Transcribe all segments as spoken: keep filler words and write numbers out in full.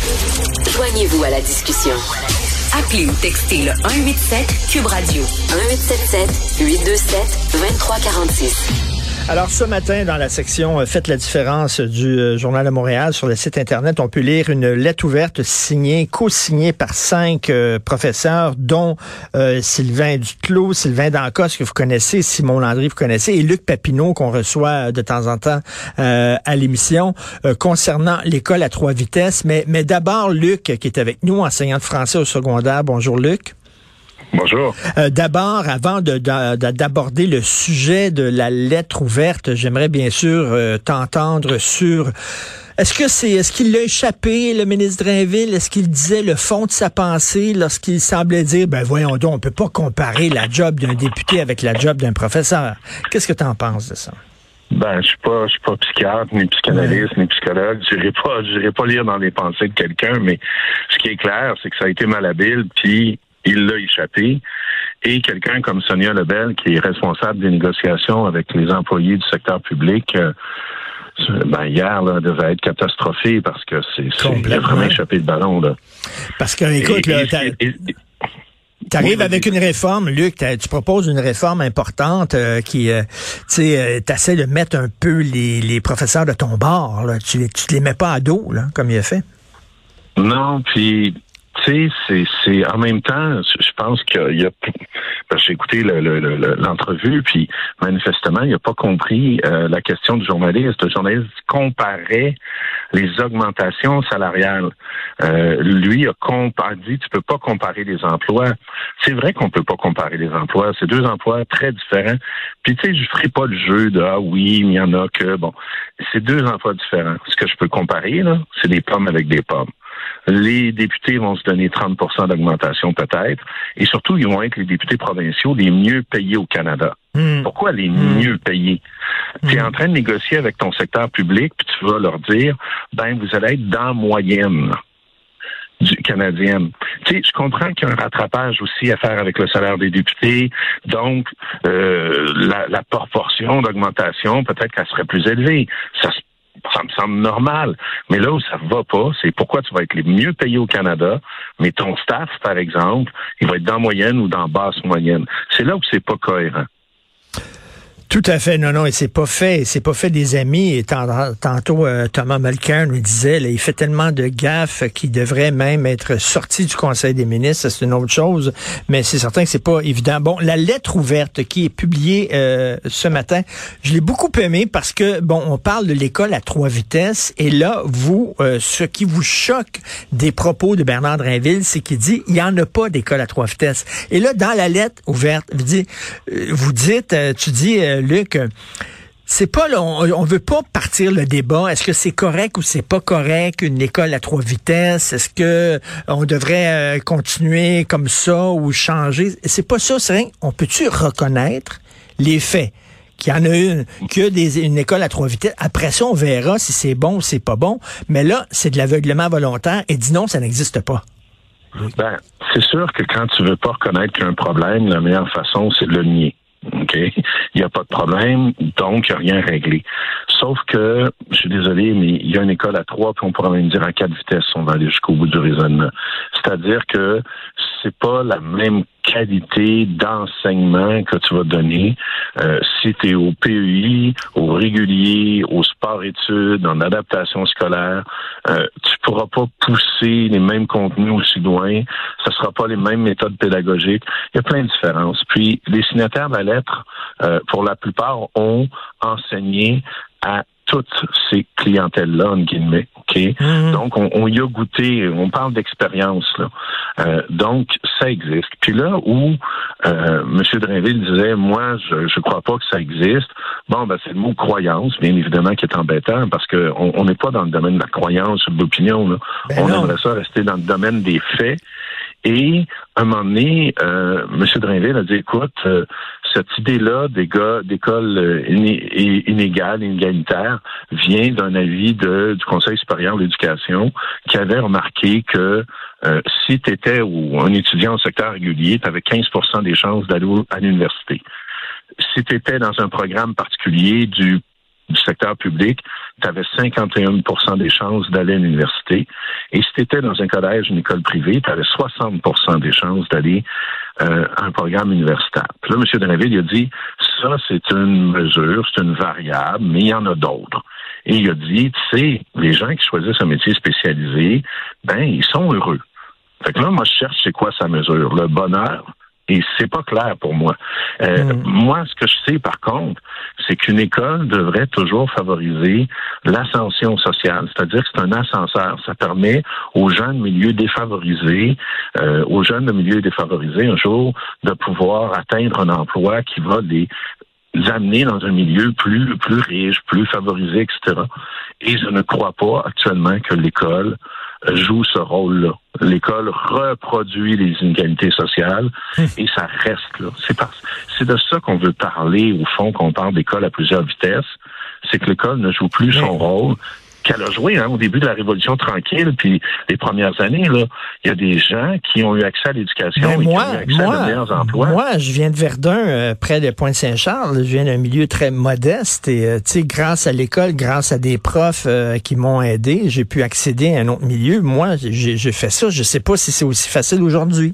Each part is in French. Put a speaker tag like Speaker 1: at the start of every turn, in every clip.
Speaker 1: Joignez-vous à la discussion. Appelez ou textez le un huit sept Cube Radio. un huit sept sept huit deux sept deux trois quatre six.
Speaker 2: Alors, ce matin, dans la section euh, Faites la différence du euh, Journal de Montréal, sur le site Internet, on peut lire une lettre ouverte signée, co-signée par cinq euh, professeurs, dont euh, Sylvain Duclos, Sylvain Dancos, que vous connaissez, Simon Landry, vous connaissez, et Luc Papineau, qu'on reçoit de temps en temps euh, à l'émission, euh, concernant l'école à trois vitesses. Mais, mais d'abord, Luc, qui est avec nous, enseignant de français au secondaire. Bonjour, Luc.
Speaker 3: Bonjour. Euh,
Speaker 2: D'abord, avant de, de, d'aborder le sujet de la lettre ouverte, j'aimerais bien sûr euh, t'entendre sur... Est-ce que c'est, est-ce qu'il l'a échappé, le ministre Drainville? Est-ce qu'il disait le fond de sa pensée lorsqu'il semblait dire, ben voyons donc, on peut pas comparer la job d'un député avec la job d'un professeur? Qu'est-ce que tu en penses de ça?
Speaker 3: Ben, je suis pas, je suis pas psychiatre, ni psychanalyste, ouais. ni psychologue. Je n'irai pas, je n'irai pas lire dans les pensées de quelqu'un, mais ce qui est clair, c'est que ça a été malhabile, puis il l'a échappé. Et quelqu'un comme Sonia Lebel, qui est responsable des négociations avec les employés du secteur public, euh, ben hier, là, devait être catastrophée parce que c'est, c'est il a vraiment échappé le ballon, là.
Speaker 2: Parce que, écoute, et, là, et, tu arrives avec une réforme, Luc, tu proposes une réforme importante euh, qui, euh, tu sais, euh, t'essaies de mettre un peu les, les professeurs de ton bord, là. Tu, tu te les mets pas à dos, là, comme il a fait.
Speaker 3: Non, puis... Tu sais, c'est, c'est en même temps, je pense qu'il y a... Parce que j'ai écouté le, le, le, l'entrevue, puis manifestement, il n'a pas compris euh, la question du journaliste. Le journaliste comparait les augmentations salariales. Euh, lui a, comp- a dit, tu peux pas comparer les emplois. C'est vrai qu'on peut pas comparer les emplois. C'est deux emplois très différents. Puis tu sais, je ferai pas le jeu de, ah oui, il y en a que... Bon, c'est deux emplois différents. Ce que je peux comparer, là, c'est des pommes avec des pommes. Les députés vont se donner trente pour cent d'augmentation peut-être, et surtout, ils vont être les députés provinciaux les mieux payés au Canada. Mmh. Pourquoi les mieux payés? Mmh. Tu es en train de négocier avec ton secteur public, puis tu vas leur dire, ben, vous allez être dans la moyenne du canadienne. Tu sais, je comprends qu'il y a un rattrapage aussi à faire avec le salaire des députés, donc euh, la, la proportion d'augmentation, peut-être qu'elle serait plus élevée. Ça se Ça me semble normal. Mais là où ça va pas, c'est pourquoi tu vas être les mieux payés au Canada, mais ton staff, par exemple, il va être dans moyenne ou dans basse moyenne. C'est là où c'est pas cohérent.
Speaker 2: Tout à fait, non, non, et c'est pas fait, c'est pas fait des amis. Et tantôt, euh, Thomas Mulcair nous disait, là, il fait tellement de gaffes qu'il devrait même être sorti du Conseil des ministres, c'est une autre chose, mais c'est certain que c'est pas évident. Bon, la lettre ouverte qui est publiée euh, ce matin, je l'ai beaucoup aimée parce que, bon, on parle de l'école à trois vitesses, et là, vous, euh, ce qui vous choque des propos de Bernard Drainville, c'est qu'il dit, il y en a pas d'école à trois vitesses. Et là, dans la lettre ouverte, vous dites, euh, vous dites euh, tu dis, euh, Luc, c'est pas là, on, on veut pas partir le débat. Est-ce que c'est correct ou c'est pas correct une école à trois vitesses? Est-ce que on devrait euh, continuer comme ça ou changer? C'est pas ça, c'est rien. On peut-tu reconnaître les faits? Qu'il y en a une, qu'il y a des, une école à trois vitesses. Après ça, on verra si c'est bon ou c'est pas bon. Mais là, c'est de l'aveuglement volontaire et dis non, ça n'existe pas.
Speaker 3: Ben, c'est sûr que quand tu veux pas reconnaître qu'il y a un problème, la meilleure façon, c'est de le nier. OK? Il n'y a pas de problème, donc il n'y a rien réglé. Sauf que, je suis désolé, mais il y a une école à trois, puis on pourrait même dire à quatre vitesses, on va aller jusqu'au bout du raisonnement. C'est-à-dire que c'est pas la même qualité d'enseignement que tu vas donner euh, si tu es au P E I, au régulier, au sport-études, en adaptation scolaire. Euh, tu pourras pas pousser les mêmes contenus aussi loin. Ce sera pas les mêmes méthodes pédagogiques. Il y a plein de différences. Puis, les signataires de la lettre, euh, pour la plupart, ont enseigné à toutes ces clientèles-là, en guillemets, OK? Mm-hmm. Donc, on, on y a goûté, on parle d'expérience, là. Euh, donc, ça existe. Puis là où euh, M. Drainville disait, moi, je je crois pas que ça existe, bon, ben c'est le mot croyance, bien évidemment, qui est embêtant, parce que on n'est pas dans le domaine de la croyance ou de l'opinion, là. Ben on non. aimerait ça rester dans le domaine des faits. Et, à un moment donné, euh, M. Drainville a dit, écoute, euh, cette idée-là d'école, d'école euh, iné- inégale, inégalitaire, vient d'un avis de, du Conseil supérieur de l'éducation qui avait remarqué que euh, si tu étais ou un étudiant au secteur régulier, tu avais quinze pour cent des chances d'aller à l'université. Si tu étais dans un programme particulier du du secteur public, tu avais cinquante et un pour cent des chances d'aller à l'université. Et si tu étais dans un collège, une école privée, tu avais soixante pour cent des chances d'aller euh, à un programme universitaire. Puis là, M. Drainville, il a dit, ça, c'est une mesure, c'est une variable, mais il y en a d'autres. Et il a dit, tu sais, les gens qui choisissent un métier spécialisé, ben, ils sont heureux. Fait que là, moi, je cherche c'est quoi sa mesure. Le bonheur, et c'est pas clair pour moi. Euh, mmh. Moi, ce que je sais, par contre, c'est qu'une école devrait toujours favoriser l'ascension sociale. C'est-à-dire que c'est un ascenseur. Ça permet aux gens de milieux défavorisés, euh, aux jeunes de milieux défavorisés, un jour, de pouvoir atteindre un emploi qui va les amener dans un milieu plus plus riche, plus favorisé, et cetera. Et je ne crois pas actuellement que l'école joue ce rôle-là. L'école reproduit les inégalités sociales et ça reste là. C'est parce, c'est de ça qu'on veut parler, au fond, qu'on parle d'école à plusieurs vitesses. C'est que l'école ne joue plus son rôle qu'elle a joué hein, au début de la Révolution tranquille, puis les premières années, là, il y a des gens qui ont eu accès à l'éducation
Speaker 2: ben
Speaker 3: et
Speaker 2: moi,
Speaker 3: qui ont eu accès
Speaker 2: moi,
Speaker 3: à de meilleurs emplois.
Speaker 2: Moi, je viens de Verdun, euh, près de Pointe-Saint-Charles. Je viens d'un milieu très modeste et, euh, tu sais, grâce à l'école, grâce à des profs euh, qui m'ont aidé, j'ai pu accéder à un autre milieu. Moi, j'ai, j'ai fait ça. Je sais pas si c'est aussi facile aujourd'hui.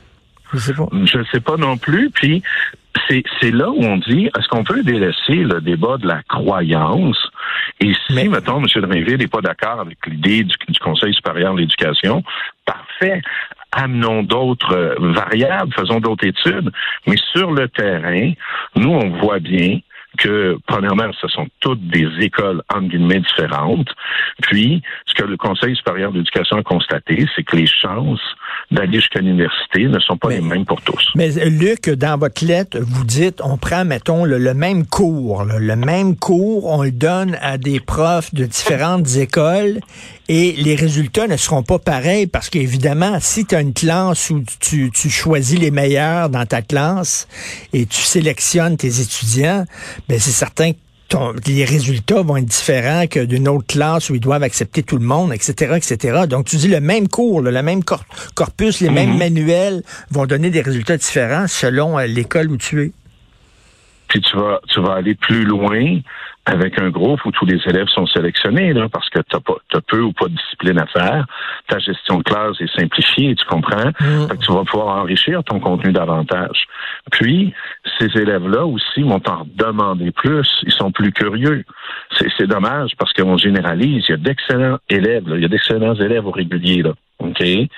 Speaker 2: Je sais pas.
Speaker 3: Je ne sais pas non plus, puis c'est, c'est là où on dit, est-ce qu'on peut délaisser le débat de la croyance? Et si, Mais... mettons, M. Drainville n'est pas d'accord avec l'idée du, du Conseil supérieur de l'éducation, parfait. Amenons d'autres euh, variables, faisons d'autres études. Mais sur le terrain, nous, on voit bien que, premièrement, ce sont toutes des écoles, entre guillemets, différentes. Puis, ce que le Conseil supérieur de l'éducation a constaté, c'est que les chances d'aller jusqu'à l'université ne sont pas mais, les mêmes pour tous.
Speaker 2: Mais Luc, dans votre lettre, vous dites, on prend, mettons, le, le même cours. Là, le même cours, on le donne à des profs de différentes écoles et les résultats ne seront pas pareils parce qu'évidemment, si tu as une classe où tu, tu choisis les meilleurs dans ta classe et tu sélectionnes tes étudiants, ben c'est certain que ton, les résultats vont être différents que d'une autre classe où ils doivent accepter tout le monde, et cetera, et cetera. Donc, tu dis le même cours, là, le même cor- corpus, les mm-hmm. mêmes manuels vont donner des résultats différents selon euh, l'école où tu es.
Speaker 3: Puis tu vas, tu vas aller plus loin avec un groupe où tous les élèves sont sélectionnés, là, parce que t'as pas, t'as peu ou pas de discipline à faire. Ta gestion de classe est simplifiée, tu comprends? Mmh. Fait que tu vas pouvoir enrichir ton contenu davantage. Puis, ces élèves-là aussi vont t'en demander plus. Ils sont plus curieux. C'est, c'est dommage parce qu'on généralise. Il y a d'excellents élèves, là. Il y a d'excellents élèves au régulier, là. OK?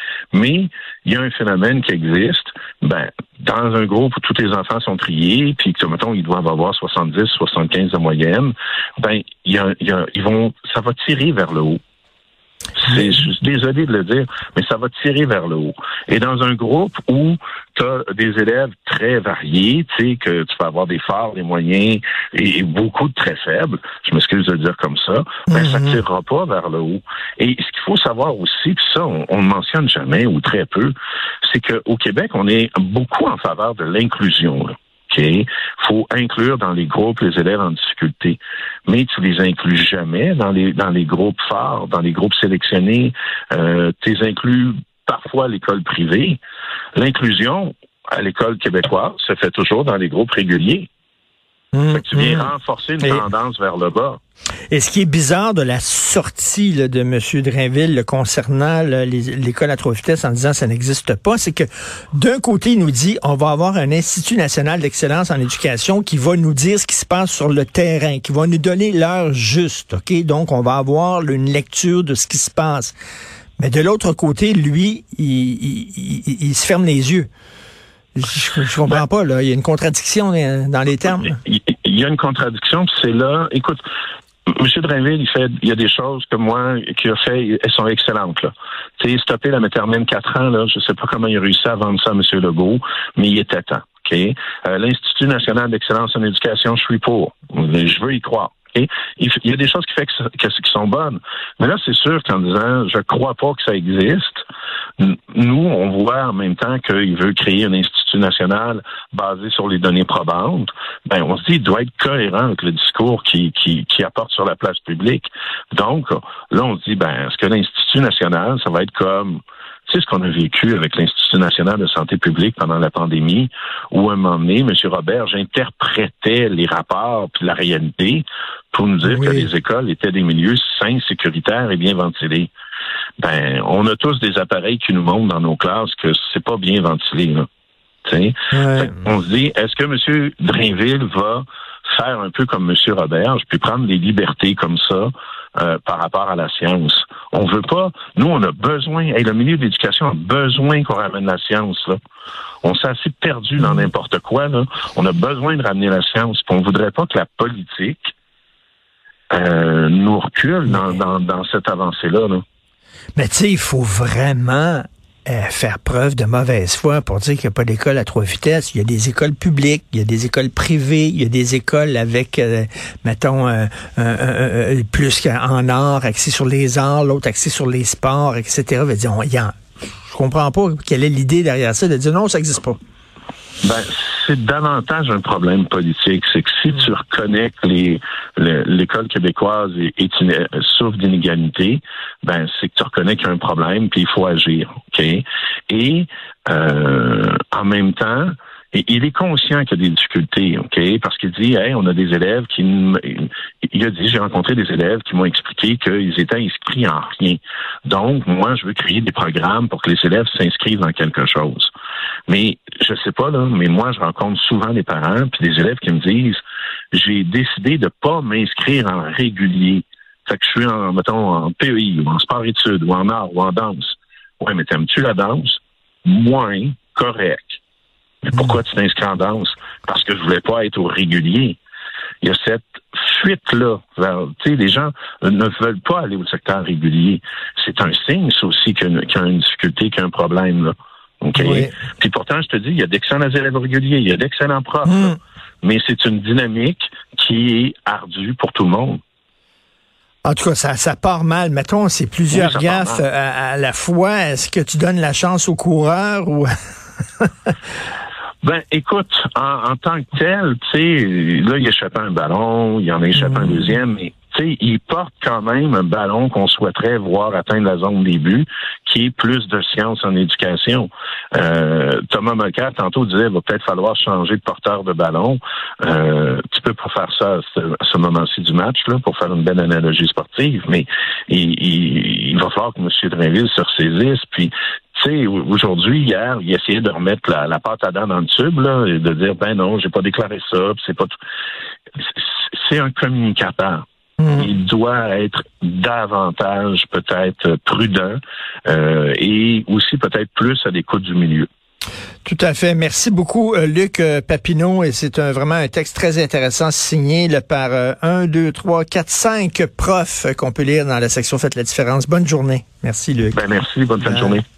Speaker 3: Mais il y a un phénomène qui existe. Ben, dans un groupe où tous les enfants sont triés, puis que, mettons, ils doivent avoir soixante-dix, soixante-quinze de moyenne, ben, il y a, il y a, ils vont, ça va tirer vers le haut. C'est, je suis désolé de le dire, mais ça va tirer vers le haut. Et dans un groupe où tu as des élèves très variés, tu sais, que tu peux avoir des forts, des moyens et beaucoup de très faibles, je m'excuse de le dire comme ça, ben, mm-hmm. ça ne tirera pas vers le haut. Et ce qu'il faut savoir aussi, puis ça, on ne mentionne jamais ou très peu, c'est qu'au Québec, on est beaucoup en faveur de l'inclusion, là. Il faut inclure dans les groupes les élèves en difficulté. Mais tu les inclus jamais dans les dans les groupes forts, dans les groupes sélectionnés. Euh, tu les inclus parfois à l'école privée. L'inclusion à l'école québécoise se fait toujours dans les groupes réguliers. Mmh, fait que tu viens mmh. renforcer une et, tendance vers le bas.
Speaker 2: Et ce qui est bizarre de la sortie là, de M. Drainville là, concernant là, les, l'école à trois vitesses en disant que ça n'existe pas, c'est que d'un côté, il nous dit on va avoir un Institut national d'excellence en éducation qui va nous dire ce qui se passe sur le terrain, qui va nous donner l'heure juste. Ok, donc on va avoir là, une lecture de ce qui se passe. Mais de l'autre côté, lui, il, il, il, il se ferme les yeux. Je, je comprends ben, pas, là. Il y a une contradiction dans les termes.
Speaker 3: Il, il y a une contradiction, puis c'est là. Écoute, M. Drainville, il fait, il y a des choses que moi, qu'il a fait, elles sont excellentes, là. Tu sais, stopper la métermine quatre ans, là, je sais pas comment il a réussi à vendre ça à M. Legault, mais il était temps, OK? Euh, L'Institut national d'excellence en éducation, je suis pour. Je veux y croire. Okay? Il y a des choses qui, fait que, que, qui sont bonnes. Mais là, c'est sûr qu'en disant « je crois pas que ça existe », nous, on voit en même temps qu'il veut créer un institut national basé sur les données probantes. Ben, on se dit qu'il doit être cohérent avec le discours qui, qui, qui apporte sur la place publique. Donc, là, on se dit, ben, est-ce que l'institut national, ça va être comme... C'est ce qu'on a vécu avec l'Institut national de santé publique pendant la pandémie, où à un moment donné, M. Roberge interprétait les rapports puis la réalité pour nous dire oui. que les écoles étaient des milieux sains, sécuritaires et bien ventilés. Ben, on a tous des appareils qui nous montrent dans nos classes que c'est pas bien ventilé, là. Ouais. On se dit, est-ce que M. Drainville va faire un peu comme M. Roberge, puis prendre des libertés comme ça euh, par rapport à la science? On veut pas. Nous, on a besoin. Hey, le milieu de l'éducation a besoin qu'on ramène la science, là. On s'est assez perdu dans n'importe quoi, là. On a besoin de ramener la science. Puis on voudrait pas que la politique euh, nous recule dans, dans, dans cette avancée-là, là.
Speaker 2: Mais tu sais, il faut vraiment euh, faire preuve de mauvaise foi pour dire qu'il n'y a pas d'école à trois vitesses. Il y a des écoles publiques, il y a des écoles privées, il y a des écoles avec, euh, mettons, euh, euh, euh, plus qu'en art, axé sur les arts, l'autre axé sur les sports, et cetera. Je ne comprends pas quelle est l'idée derrière ça, de dire non, ça n'existe pas.
Speaker 3: Ben, c'est davantage un problème politique. C'est que si tu reconnais que les, le, l'école québécoise est, est une, souffre d'inégalité, ben, c'est que tu reconnais qu'il y a un problème puis il faut agir, ok? Et, euh, en même temps, et il est conscient qu'il y a des difficultés, ok? Parce qu'il dit, hey, on a des élèves qui, il a dit, j'ai rencontré des élèves qui m'ont expliqué qu'ils étaient inscrits en rien. Donc, moi, je veux créer des programmes pour que les élèves s'inscrivent dans quelque chose. Mais, je sais pas, là, mais moi, je rencontre souvent des parents puis des élèves qui me disent, j'ai décidé de pas m'inscrire en régulier. Fait que je suis en, mettons, en P E I, ou en sport-études, ou en art, ou en danse. Ouais, mais t'aimes-tu la danse? Moins correct. Mais pourquoi tu t'inscris en danse? Parce que je voulais pas être au régulier. Il y a cette fuite-là vers, tu sais, les gens ne veulent pas aller au secteur régulier. C'est un signe, ça aussi, qu'il y a une, qu'il y a une difficulté, qu'il y a un problème, là. OK? Oui. Puis pourtant, je te dis, il y a d'excellents élèves réguliers, il y a d'excellents profs, mmh. mais c'est une dynamique qui est ardue pour tout le monde.
Speaker 2: En tout cas, ça, ça part mal. Mettons, c'est plusieurs oui, gaffes à, à la fois. Est-ce que tu donnes la chance aux coureurs ou...
Speaker 3: Ben, écoute, en, en tant que tel, tu sais, là, il échappait un ballon, il en a échappé mmh. un deuxième, mais tu sais, il porte quand même un ballon qu'on souhaiterait voir atteindre la zone des buts, qui est plus de science en éducation. Euh, Thomas Mulcair, tantôt, disait, il va peut-être falloir changer de porteur de ballon. Euh, tu peux pas faire ça à ce, à ce moment-ci du match, là, pour faire une belle analogie sportive, mais il, il, il va falloir que M. Drainville se ressaisisse, puis tu sais, aujourd'hui, hier, il essayait de remettre la, la pâte à dents dans le tube, là, et de dire, ben non, j'ai pas déclaré ça, pis c'est pas tout. C'est un communicateur. Mmh. Il doit être davantage, peut-être, prudent, euh, et aussi peut-être plus à l'écoute du milieu.
Speaker 2: Tout à fait. Merci beaucoup, Luc Papineau. Et c'est un, vraiment un texte très intéressant signé là, par euh, un, deux, trois, quatre, cinq profs qu'on peut lire dans la section Faites la différence. Bonne journée. Merci, Luc.
Speaker 3: Ben, merci. Bonne fin de journée.